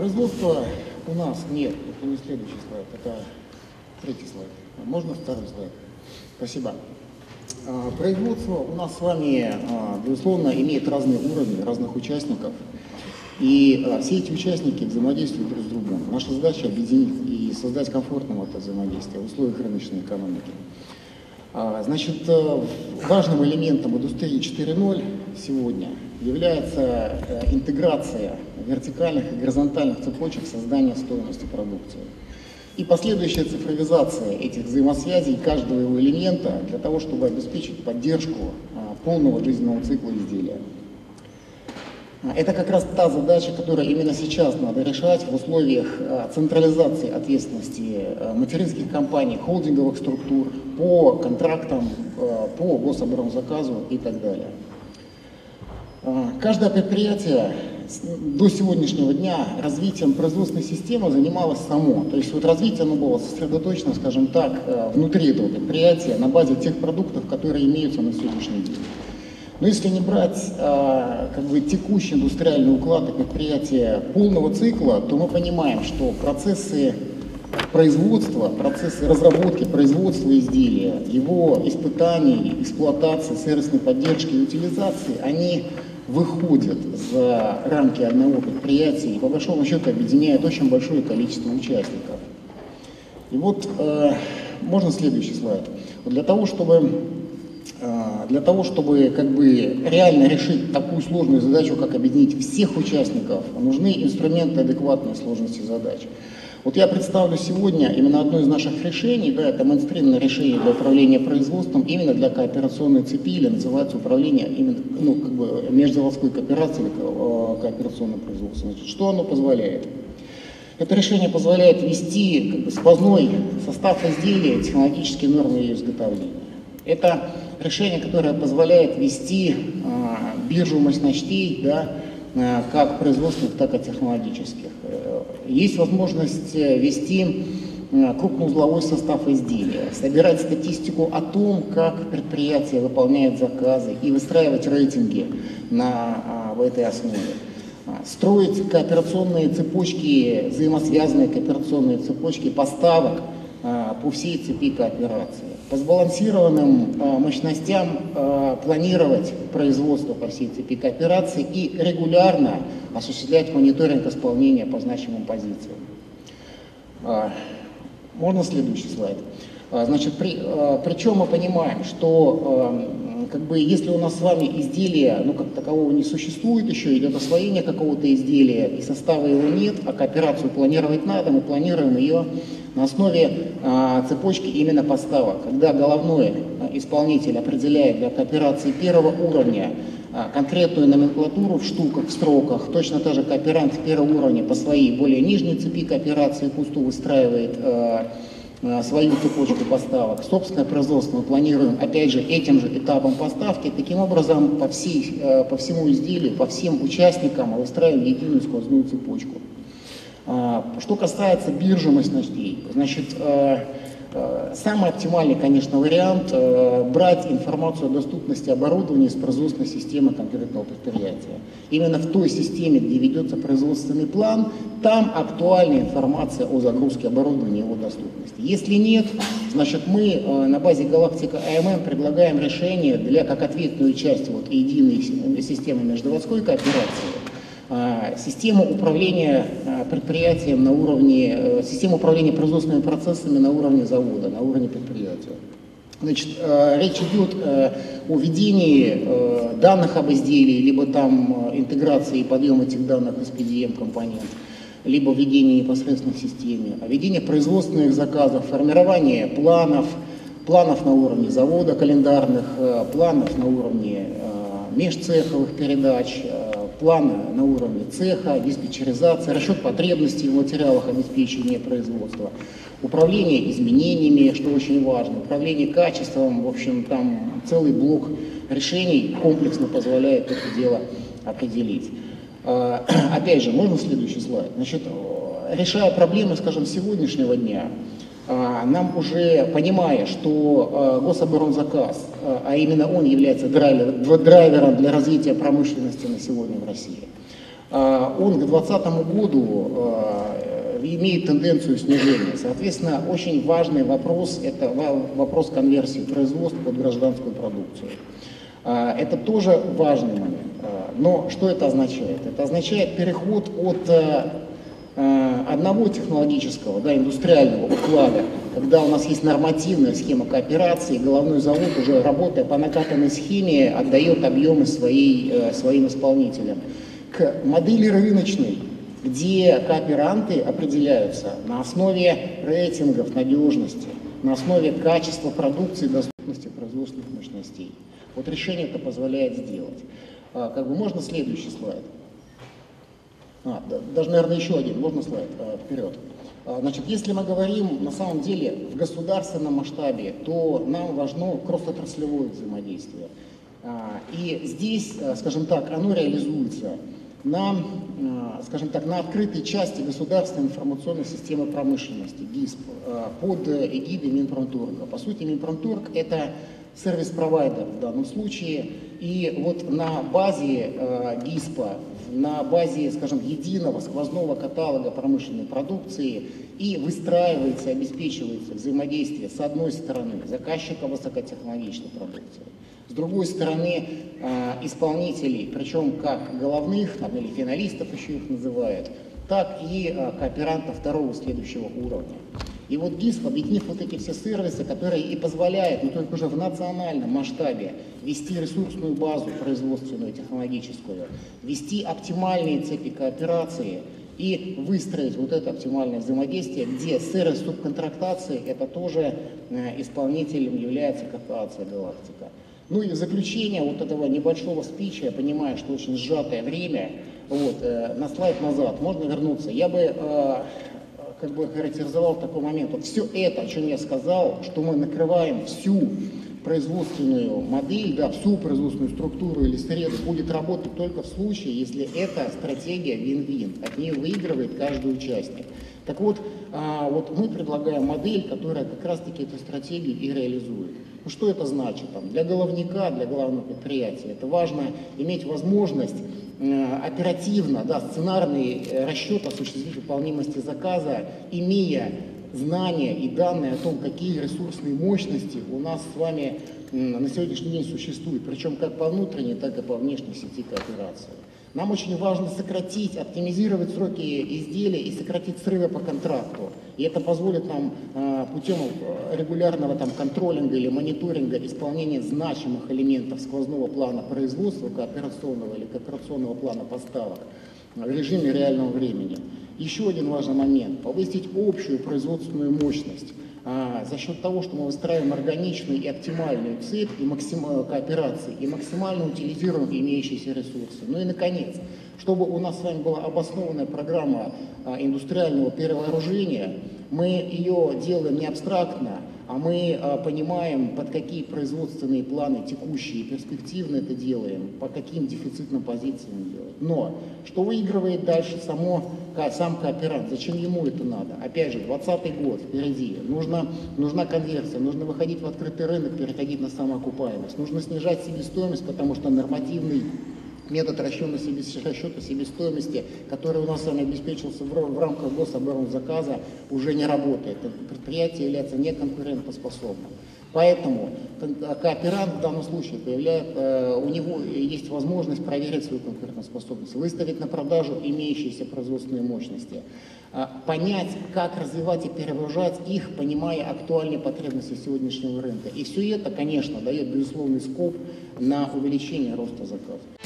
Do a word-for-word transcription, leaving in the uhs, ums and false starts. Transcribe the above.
Производства у нас нет, это не следующий слайд, это третий слайд. Можно второй слайд? Спасибо. Производство у нас с вами, безусловно, имеет разные уровни, разных участников. И все эти участники взаимодействуют друг с другом. Наша задача объединить и создать комфортное это взаимодействие в условиях рыночной экономики. Значит, важным элементом индустрии четыре ноль сегодня является интеграция вертикальных и горизонтальных цепочек создания стоимости продукции и последующая цифровизация этих взаимосвязей каждого его элемента для того, чтобы обеспечить поддержку полного жизненного цикла изделия. Это как раз та задача, которую именно сейчас надо решать в условиях централизации ответственности материнских компаний, холдинговых структур по контрактам, по гособоронзаказу и так далее. Каждое предприятие до сегодняшнего дня развитием производственной системы занималось само. То есть вот развитие оно было сосредоточено, скажем так, внутри этого предприятия на базе тех продуктов, которые имеются на сегодняшний день. Но если не брать а, как бы, текущий индустриальный уклад и предприятия полного цикла, то мы понимаем, что процессы производства, процессы разработки, производства изделия, его испытаний, эксплуатации, сервисной поддержки и утилизации, они выходят за рамки одного предприятия и по большому счету объединяют очень большое количество участников. И вот э, можно следующий слайд. Вот для того, чтобы Для того, чтобы как бы, реально решить такую сложную задачу, как объединить всех участников, нужны инструменты адекватной сложности задач. Вот я представлю сегодня именно одно из наших решений, да, это мейнстримное решение для управления производством именно для кооперационной цепи, или называется управление именно, ну, как бы, межзаводской кооперацией или кооперационным производством. Значит, что оно позволяет? Это решение позволяет ввести как бы, сквозной состав изделия, технологические нормы ее изготовления. Это решение, которое позволяет ввести э, биржу мощностей, да, э, как производственных, так и технологических. Есть возможность ввести э, крупноузловой состав изделия, собирать статистику о том, как предприятие выполняет заказы и выстраивать рейтинги на, э, в этой основе. Строить кооперационные цепочки, взаимосвязанные кооперационные цепочки поставок э, по всей цепи кооперации. По сбалансированным э, мощностям э, планировать производство по всей цепи кооперации и регулярно осуществлять мониторинг исполнения по значимым позициям. Э, можно следующий слайд? Э, значит, при, э, причем мы понимаем, что э, как бы, если у нас с вами изделия, ну, как такового не существует еще, идет освоение какого-то изделия и состава его нет, а кооперацию планировать надо, мы планируем ее на основе а, цепочки именно поставок, когда головной а, исполнитель определяет для кооперации первого уровня а, конкретную номенклатуру в штуках, в строках, точно так же кооперант первого уровня по своей более нижней цепи кооперации кусту выстраивает а, а, свою цепочку поставок. Собственное производство мы планируем, опять же, этим же этапом поставки, таким образом по, всей, а, по всему изделию, по всем участникам мы выстраиваем единую сквозную цепочку. Что касается биржи мощностей, значит, самый оптимальный, конечно, вариант брать информацию о доступности оборудования из производственной системы конкретного предприятия. Именно в той системе, где ведется производственный план, там актуальна информация о загрузке оборудования и его доступности. Если нет, значит, мы на базе Галактика АММ предлагаем решение для, как ответную часть вот, единой системы межзаводской кооперации, систему управления предприятием на уровне, систему управления производственными процессами на уровне завода, на уровне предприятия. Значит, речь идет о введении данных об изделии, либо там интеграции и подъема этих данных из пи ди эм-компонент, либо введение непосредственно в системе, о введении производственных заказов, формирование планов, планов на уровне завода календарных, планов на уровне межцеховых передач, планы на уровне цеха, диспетчеризация, расчет потребностей в материалах обеспечения производства, управление изменениями, что очень важно, управление качеством, в общем, там целый блок решений комплексно позволяет это дело определить. Опять же, можно следующий слайд? Значит, решая проблемы, скажем, сегодняшнего дня, нам уже, понимая, что гособоронзаказ, а именно он является драйвером для развития промышленности на сегодня в России, он к двадцатому году имеет тенденцию снижения. Соответственно, очень важный вопрос – это вопрос конверсии производства под гражданскую продукцию. Это тоже важный момент. Но что это означает? Это означает переход от одного технологического, да, индустриального уклада, когда у нас есть нормативная схема кооперации, головной завод, уже работая по накатанной схеме, отдает объемы своей, своим исполнителям, к модели рыночной, где кооперанты определяются на основе рейтингов надежности, на основе качества продукции, доступности производственных мощностей. Вот решение это позволяет сделать. А, как бы можно следующий слайд? А, да, даже, наверное, еще один. Можно слайд? А, вперед. А, значит, если мы говорим на самом деле в государственном масштабе, то нам важно кросс-отраслевое взаимодействие. А, и здесь, скажем так, оно реализуется на, скажем так, на открытой части государственной информационной системы промышленности, ГИСП, под эгидой Минпромторга. По сути, Минпромторг – это сервис-провайдер в данном случае, и вот на базе ГИСПа, на базе, скажем, единого сквозного каталога промышленной продукции и выстраивается, обеспечивается взаимодействие с одной стороны заказчика высокотехнологичной продукции, с другой стороны исполнителей, причем как головных, там, или финалистов еще их называют, так и кооперантов второго следующего уровня. И вот ГИСП, объединив вот эти все сервисы, которые и позволяют, но только уже в национальном масштабе, вести ресурсную базу производственную, технологическую, вести оптимальные цепи кооперации и выстроить вот это оптимальное взаимодействие, где сервис субконтрактации – это тоже исполнителем является корпорация «Галактика». Ну и в заключение вот этого небольшого спича, я понимаю, что очень сжатое время, вот, э, на слайд назад можно вернуться. Я бы э, как бы характеризовал такой момент. Вот все это, о чем я сказал, что мы накрываем всю производственную модель, да, всю производственную структуру или среду, будет работать только в случае, если эта стратегия вин-вин. От нее выигрывает каждый участник. Так вот, а, вот мы предлагаем модель, которая как раз-таки эту стратегию и реализует. Ну, что это значит? Там, для головника, для главного предприятия это важно иметь возможность э, оперативно, да, сценарный э, расчет осуществить выполнимости заказа, имея знания и данные о том, какие ресурсные мощности у нас с вами э, на сегодняшний день существуют, причем как по внутренней, так и по внешней сети кооперации. Нам очень важно сократить, оптимизировать сроки изделия и сократить срывы по контракту. И это позволит нам э, путем регулярного там, контролинга или мониторинга исполнения значимых элементов сквозного плана производства, кооперационного или кооперационного плана поставок в режиме реального времени. Еще один важный момент – повысить общую производственную мощность а, за счет того, что мы выстраиваем органичную и оптимальную цепь и максим... кооперации и максимально утилизируем имеющиеся ресурсы. Ну и, наконец, чтобы у нас с вами была обоснованная программа а, индустриального перевооружения, мы ее делаем не абстрактно, а мы а, понимаем, под какие производственные планы текущие и перспективно это делаем, по каким дефицитным позициям делаем. Но что выигрывает дальше само, сам кооперант? Зачем ему это надо? Опять же, двадцатый год впереди. Нужна, нужна конверсия, нужно выходить в открытый рынок, переходить на самоокупаемость. Нужно снижать себестоимость, потому что нормативный метод расчета, себе, расчета себестоимости, который у нас с вами обеспечился в, в рамках гособоронзаказа, уже не работает. Предприятие является неконкурентоспособным. Поэтому кооперант в данном случае появляет, у него есть возможность проверить свою конкурентоспособность, выставить на продажу имеющиеся производственные мощности, понять, как развивать и перевооружать их, понимая актуальные потребности сегодняшнего рынка. И все это, конечно, дает безусловный скоп на увеличение роста заказов.